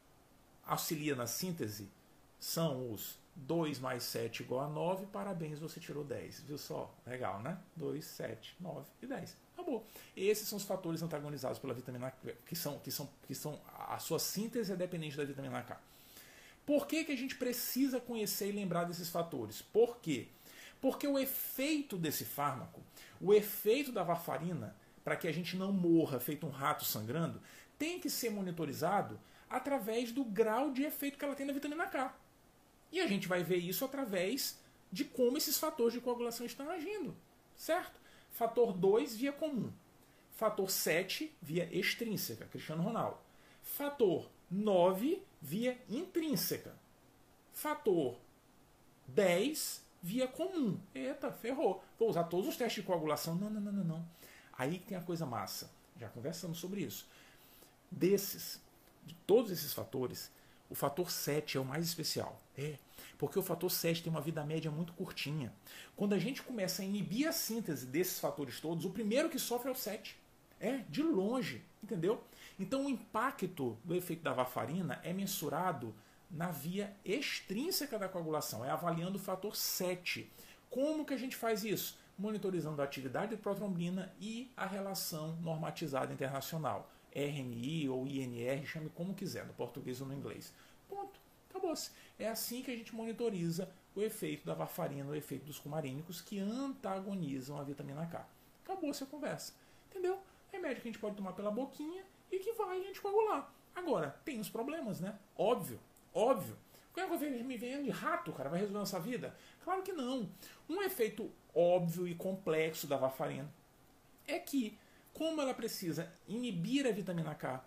auxilia na síntese são os dois mais sete igual a nove, parabéns, você tirou dez. Viu só? Legal, né? dois, sete, nove e dez. Acabou. Esses são os fatores antagonizados pela vitamina K, que são, que são, que são a sua síntese é dependente da vitamina K. Por que, que a gente precisa conhecer e lembrar desses fatores? Por quê? Porque o efeito desse fármaco, o efeito da varfarina, para que a gente não morra feito um rato sangrando, tem que ser monitorizado através do grau de efeito que ela tem na vitamina K. E a gente vai ver isso através de como esses fatores de coagulação estão agindo, certo? Fator dois, via comum. Fator sete, via extrínseca, Cristiano Ronaldo. Fator nove, via intrínseca. Fator dez, via comum. Eita, ferrou. Vou usar todos os testes de coagulação. Não, não, não, não, não. Aí tem a coisa massa. Já conversamos sobre isso. Desses, de todos esses fatores, o fator sete é o mais especial. É, porque o fator sete tem uma vida média muito curtinha. Quando a gente começa a inibir a síntese desses fatores todos, o primeiro que sofre é o sete. É, de longe, entendeu? Então o impacto do efeito da varfarina é mensurado na via extrínseca da coagulação, é avaliando o fator sete. Como que a gente faz isso? Monitorizando a atividade de protrombina e a relação normatizada internacional. R N I ou I N R, chame como quiser, no português ou no inglês. Ponto. Acabou-se. É assim que a gente monitoriza o efeito da varfarina, o efeito dos cumarínicos que antagonizam a vitamina K. Acabou-se a conversa. Entendeu? Remédio que a gente pode tomar pela boquinha e que vai anticoagular. Agora, tem os problemas, né? Óbvio, óbvio. Qual é que me veneno de rato, cara? Vai resolver nossa vida? Claro que não. Um efeito óbvio e complexo da varfarina é que, como ela precisa inibir a vitamina K,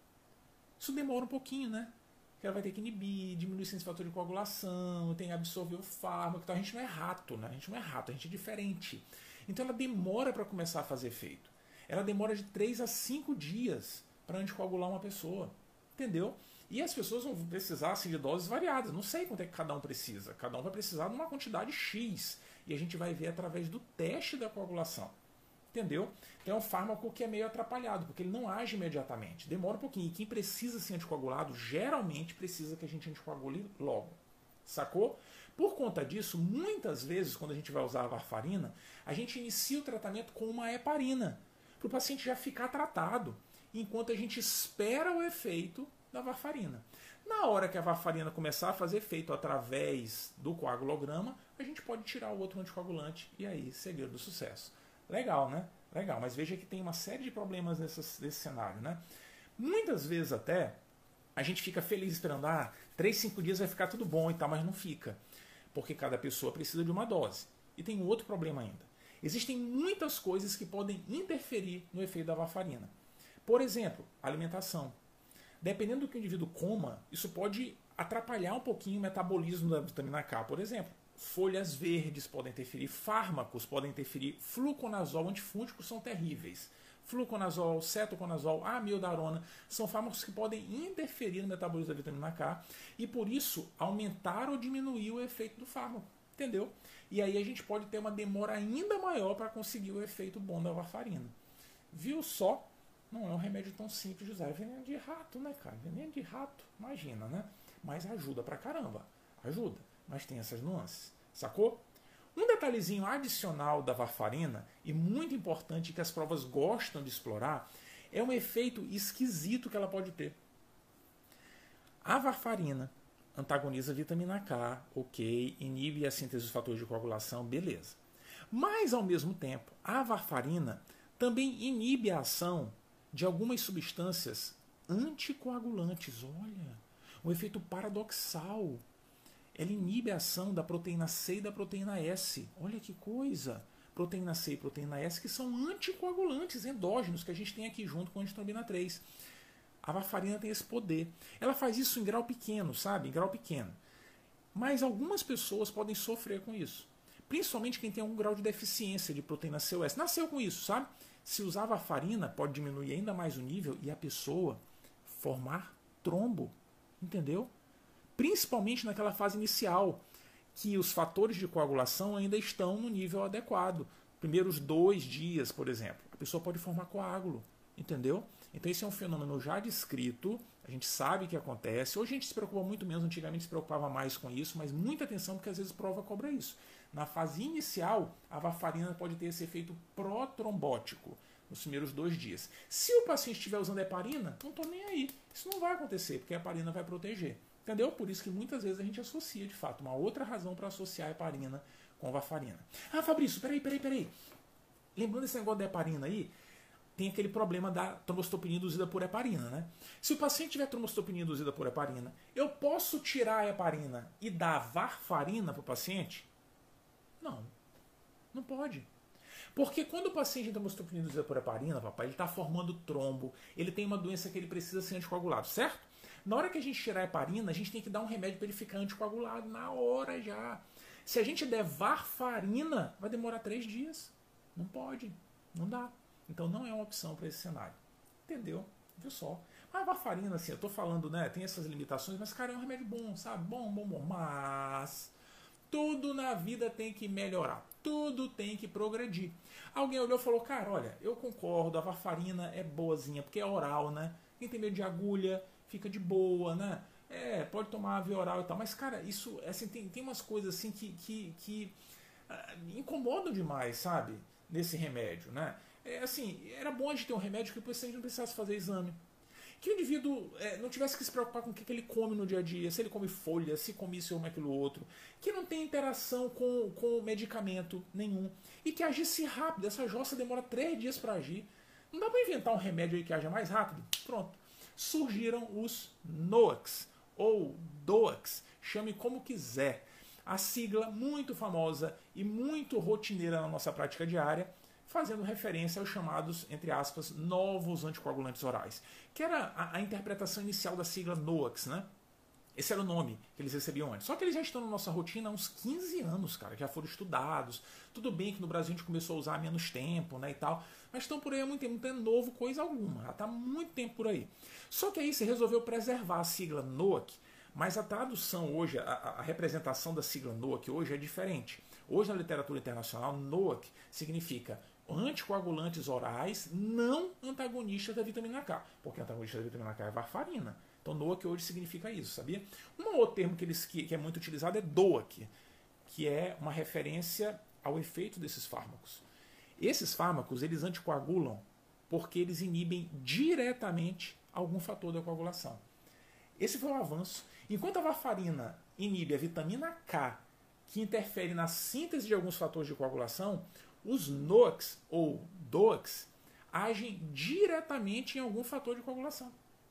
isso demora um pouquinho, né? Porque ela vai ter que inibir, diminuir esse fator de coagulação, tem que absorver o fármaco. Então a gente não é rato, né? A gente não é rato, a gente é diferente. Então ela demora para começar a fazer efeito. Ela demora de três a cinco dias para anticoagular uma pessoa. Entendeu? E as pessoas vão precisar assim, de doses variadas. Não sei quanto é que cada um precisa. Cada um vai precisar de uma quantidade X. E a gente vai ver através do teste da coagulação. Entendeu? Então é um fármaco que é meio atrapalhado, porque ele não age imediatamente. Demora um pouquinho. E quem precisa ser anticoagulado, geralmente precisa que a gente anticoagule logo. Sacou? Por conta disso, muitas vezes, quando a gente vai usar a varfarina, a gente inicia o tratamento com uma heparina, para o paciente já ficar tratado, enquanto a gente espera o efeito da varfarina. Na hora que a varfarina começar a fazer efeito através do coagulograma, a gente pode tirar o outro anticoagulante e aí, segredo do sucesso. Legal, né? Legal, mas veja que tem uma série de problemas nesse, nesse cenário, né? Muitas vezes até a gente fica feliz esperando, ah, três, cinco dias vai ficar tudo bom e tal, mas não fica. Porque cada pessoa precisa de uma dose. E tem um outro problema ainda. Existem muitas coisas que podem interferir no efeito da varfarina. Por exemplo, alimentação. Dependendo do que o indivíduo coma, isso pode atrapalhar um pouquinho o metabolismo da vitamina K. Por exemplo, folhas verdes podem interferir, fármacos podem interferir, fluconazol, antifúngicos são terríveis. Fluconazol, cetoconazol, amiodarona, são fármacos que podem interferir no metabolismo da vitamina K e, por isso, aumentar ou diminuir o efeito do fármaco. Entendeu? E aí a gente pode ter uma demora ainda maior para conseguir o efeito bom da varfarina. Viu só? Não é um remédio tão simples de usar. É veneno de rato, né, cara? Veneno de rato, imagina, né? mas ajuda pra caramba. Ajuda, mas tem essas nuances, sacou? Um detalhezinho adicional da varfarina, e muito importante que as provas gostam de explorar, é um efeito esquisito que ela pode ter. A varfarina antagoniza a vitamina K, ok, inibe a síntese dos fatores de coagulação, beleza. Mas, ao mesmo tempo, a varfarina também inibe a ação de algumas substâncias anticoagulantes. Olha, um efeito paradoxal. Ela inibe a ação da proteína C e da proteína S. Olha que coisa! Proteína C e proteína S que são anticoagulantes endógenos que a gente tem aqui junto com a angiotensina três. A varfarina tem esse poder. Ela faz isso em grau pequeno, sabe? Em grau pequeno. Mas algumas pessoas podem sofrer com isso. Principalmente quem tem algum grau de deficiência de proteína C ou S. Nasceu com isso, sabe? Se usar a varfarina, pode diminuir ainda mais o nível e a pessoa formar trombo. Entendeu? Principalmente naquela fase inicial, que os fatores de coagulação ainda estão no nível adequado. Primeiros dois dias, por exemplo, a pessoa pode formar coágulo, entendeu? Então esse é um fenômeno já descrito, a gente sabe que acontece. Hoje a gente se preocupa muito menos, antigamente se preocupava mais com isso, mas muita atenção porque às vezes prova cobra isso. Na fase inicial, a varfarina pode ter esse efeito protrombótico nos primeiros dois dias. Se o paciente estiver usando heparina, não estou nem aí. Isso não vai acontecer, porque a heparina vai proteger. Entendeu? Por isso que muitas vezes a gente associa, de fato, uma outra razão para associar a heparina com a varfarina. Ah, Fabrício, peraí, peraí, peraí. Lembrando desse negócio da heparina aí, tem aquele problema da trombocitopenia induzida por heparina, né? Se o paciente tiver trombocitopenia induzida por heparina, eu posso tirar a heparina e dar varfarina para o paciente? Não. Não pode. Porque quando o paciente tem trombocitopenia induzida por heparina, papai, ele está formando trombo, ele tem uma doença que ele precisa ser anticoagulado, certo? Na hora que a gente tirar a heparina, a gente tem que dar um remédio para ele ficar anticoagulado, na hora já. Se a gente der varfarina, vai demorar três dias. Não pode, não dá. Então não é uma opção para esse cenário. Entendeu? Viu só? A varfarina, assim, eu tô falando, né, tem essas limitações, mas, cara, é um remédio bom, sabe? Bom, bom, bom. Mas tudo na vida tem que melhorar. Tudo tem que progredir. Alguém olhou e falou, cara, olha, eu concordo, a varfarina é boazinha, porque é oral, né? Quem tem medo de agulha fica de boa, né? É, pode tomar via oral e tal. Mas, cara, isso, assim, tem, tem umas coisas assim que, que, que uh, incomodam demais, sabe? Nesse remédio, né? É, assim, era bom a gente ter um remédio que o paciente não precisasse fazer exame. Que o indivíduo é, não tivesse que se preocupar com o que, que ele come no dia a dia, se ele come folha, se come isso ou aquilo outro. Que não tem interação com, com medicamento nenhum. E que agisse rápido. Essa jossa demora três dias para agir. Não dá para inventar um remédio aí que haja mais rápido? Pronto. Surgiram os NOACs, ou DOACs, chame como quiser. A sigla muito famosa e muito rotineira na nossa prática diária, fazendo referência aos chamados, entre aspas, novos anticoagulantes orais, que era a, a interpretação inicial da sigla NOACs, né? Esse era o nome que eles recebiam antes. Só que eles já estão na nossa rotina há uns quinze anos, cara, já foram estudados. Tudo bem que no Brasil a gente começou a usar há menos tempo, né, e tal, mas estão por aí há muito tempo, não tem novo coisa alguma, já está há muito tempo por aí. Só que aí você resolveu preservar a sigla NOAC, mas a tradução hoje, a, a representação da sigla NOAC hoje é diferente. Hoje na literatura internacional, NOAC significa anticoagulantes orais não antagonistas da vitamina K, porque antagonista da vitamina K é varfarina. Então, NOAC hoje significa isso, sabia? Um outro termo que, eles, que, que é muito utilizado é DOAC, que é uma referência ao efeito desses fármacos. Esses fármacos, eles anticoagulam porque eles inibem diretamente algum fator da coagulação. Esse foi um avanço. Enquanto a varfarina inibe a vitamina K, que interfere na síntese de alguns fatores de coagulação, os NOACs, ou DOACs, agem diretamente em algum fator de coagulação.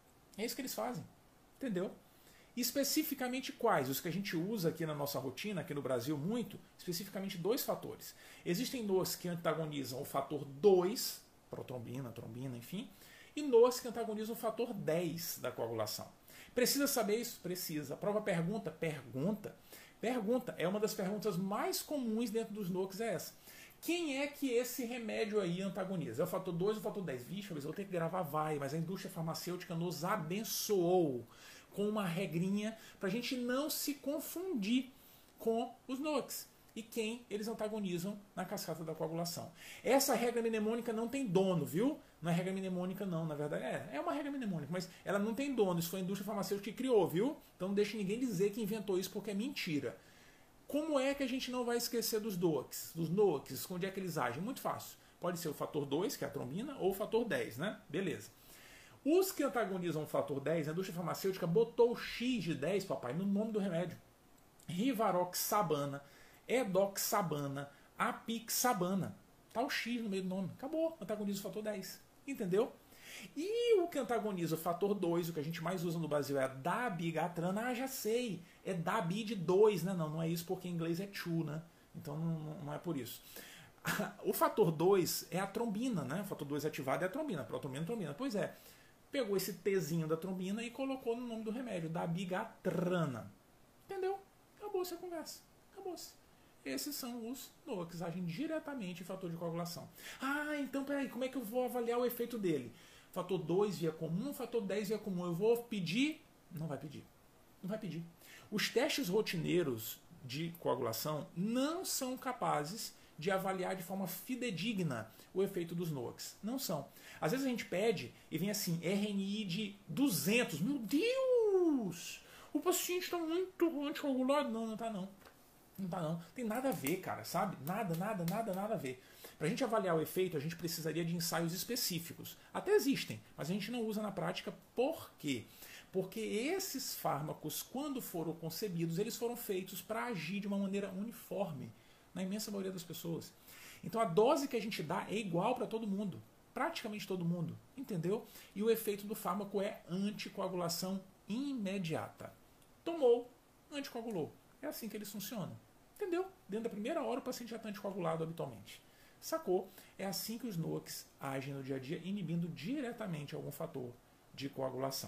É isso que eles fazem, entendeu? Especificamente quais? Os que a gente usa aqui na nossa rotina, aqui no Brasil muito, especificamente dois fatores. Existem NOACs que antagonizam o fator dois, protrombina, trombina, enfim, e NOACs que antagonizam o fator dez da coagulação. Precisa saber isso? Precisa. Prova pergunta? Pergunta. Pergunta. É uma das perguntas mais comuns dentro dos NOACs é essa. Quem é que esse remédio aí antagoniza? É o fator dois ou o fator dez? Vixe, eu vou ter que gravar, vai, mas a indústria farmacêutica nos abençoou com uma regrinha para a gente não se confundir com os NOACs e quem eles antagonizam na cascata da coagulação. Essa regra mnemônica não tem dono, viu? Não é regra mnemônica, não, na verdade. É, é uma regra mnemônica, mas ela não tem dono. Isso foi a indústria farmacêutica que criou, viu? Então não deixe ninguém dizer que inventou isso porque é mentira. Como é que a gente não vai esquecer dos D O Cs? Dos N O Cs, onde é que eles agem? Muito fácil. Pode ser o fator dois, que é a trombina, ou o fator dez, né? Beleza. Os que antagonizam o fator dez, a indústria farmacêutica botou o X de dez, papai, no nome do remédio. Rivaroxabana, edoxabana, apixabana. Tá o X no meio do nome. Acabou, antagoniza o fator dez. Entendeu? E o que antagoniza o fator dois, o que a gente mais usa no Brasil é a dabigatrana. Ah, já sei. É dabi de dois, né? Não, não é isso porque em inglês é two, né? Então não, não é por isso. O fator dois é a trombina, né? O fator dois ativado é a trombina. Protrombina, trombina. Pois é. Pegou esse Tzinho da trombina e colocou no nome do remédio, dabigatrana. Entendeu? Acabou-se a conversa. Acabou-se. Esses são os N O Cs, agem diretamente em fator de coagulação. Ah, então peraí, como é que eu vou avaliar o efeito dele? Fator dois via comum, fator dez via comum. Eu vou pedir? Não vai pedir. Não vai pedir. Os testes rotineiros de coagulação não são capazes de avaliar de forma fidedigna o efeito dos N O Cs. Não são. Às vezes a gente pede e vem assim, R N I de duzentos. Meu Deus! O paciente está muito anticoagulado. Não, não está não. Não tá não. Tem nada a ver, cara, sabe? Nada, nada, nada, nada a ver. Pra gente avaliar o efeito, a gente precisaria de ensaios específicos. Até existem, mas a gente não usa na prática. Por quê? Porque esses fármacos, quando foram concebidos, eles foram feitos para agir de uma maneira uniforme na imensa maioria das pessoas. Então a dose que a gente dá é igual para todo mundo. Praticamente todo mundo. Entendeu? E o efeito do fármaco é anticoagulação imediata. Tomou, anticoagulou. É assim que eles funcionam. Entendeu? Dentro da primeira hora o paciente já está anticoagulado habitualmente. Sacou? É assim que os N O Cs agem no dia a dia, inibindo diretamente algum fator de coagulação.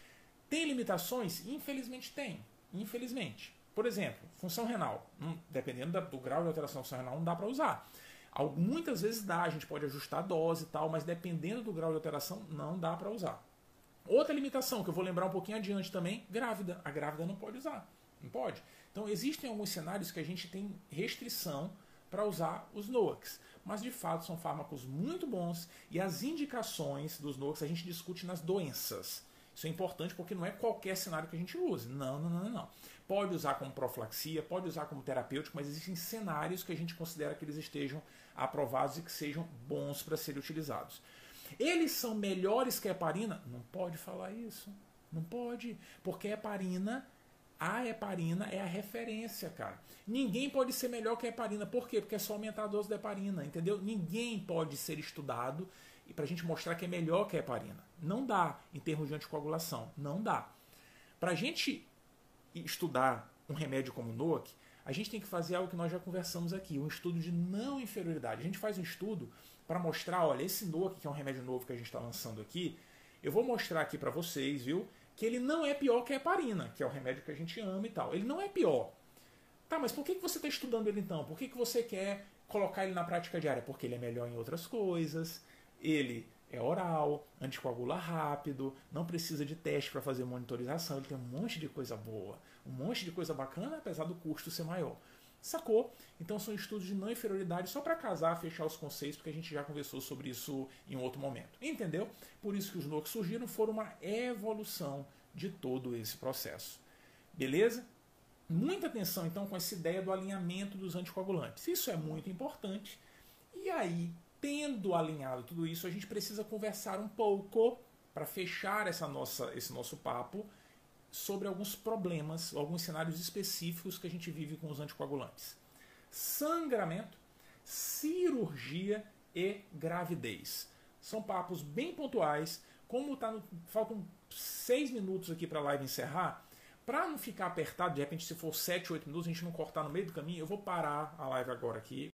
Tem limitações? Infelizmente tem. Infelizmente. Por exemplo, função renal. Hum, dependendo do grau de alteração da função renal, não dá para usar. Muitas vezes dá, a gente pode ajustar a dose e tal, mas dependendo do grau de alteração, não dá para usar. Outra limitação, que eu vou lembrar um pouquinho adiante também, grávida. A grávida não pode usar. Não pode? Então existem alguns cenários que a gente tem restrição para usar os N O Cs. Mas de fato são fármacos muito bons e as indicações dos N O Cs a gente discute nas doenças. Isso é importante porque não é qualquer cenário que a gente use. Não, não, não, não. Pode usar como profilaxia, pode usar como terapêutico, mas existem cenários que a gente considera que eles estejam aprovados e que sejam bons para serem utilizados. Eles são melhores que a heparina? Não pode falar isso. Não pode. Porque a heparina, a heparina é a referência, cara. Ninguém pode ser melhor que a heparina. Por quê? Porque é só aumentar a dose da heparina, entendeu? Ninguém pode ser estudado e para a gente mostrar que é melhor que a heparina. Não dá em termos de anticoagulação. Não dá. Para a gente estudar um remédio como o N O C, a gente tem que fazer algo que nós já conversamos aqui, um estudo de não inferioridade. A gente faz um estudo para mostrar, olha, esse N O C, que é um remédio novo que a gente está lançando aqui, eu vou mostrar aqui para vocês, viu, que ele não é pior que a heparina, que é o remédio que a gente ama e tal. Ele não é pior. Tá, mas por que você está estudando ele então? Por que você quer colocar ele na prática diária? Porque ele é melhor em outras coisas, ele é oral, anticoagula rápido, não precisa de teste para fazer monitorização, ele tem um monte de coisa boa, um monte de coisa bacana, apesar do custo ser maior. Sacou? Então são estudos de não inferioridade só para casar, fechar os conceitos, porque a gente já conversou sobre isso em outro momento. Entendeu? Por isso que os N O Cs surgiram, foram uma evolução de todo esse processo. Beleza? Muita atenção então com essa ideia do alinhamento dos anticoagulantes. Isso é muito importante. E aí, tendo alinhado tudo isso, a gente precisa conversar um pouco para fechar essa nossa, esse nosso papo sobre alguns problemas, alguns cenários específicos que a gente vive com os anticoagulantes. Sangramento, cirurgia e gravidez. São papos bem pontuais. Como tá no, faltam seis minutos aqui para a live encerrar, para não ficar apertado, de repente se for sete, oito minutos, a gente não cortar no meio do caminho, eu vou parar a live agora aqui,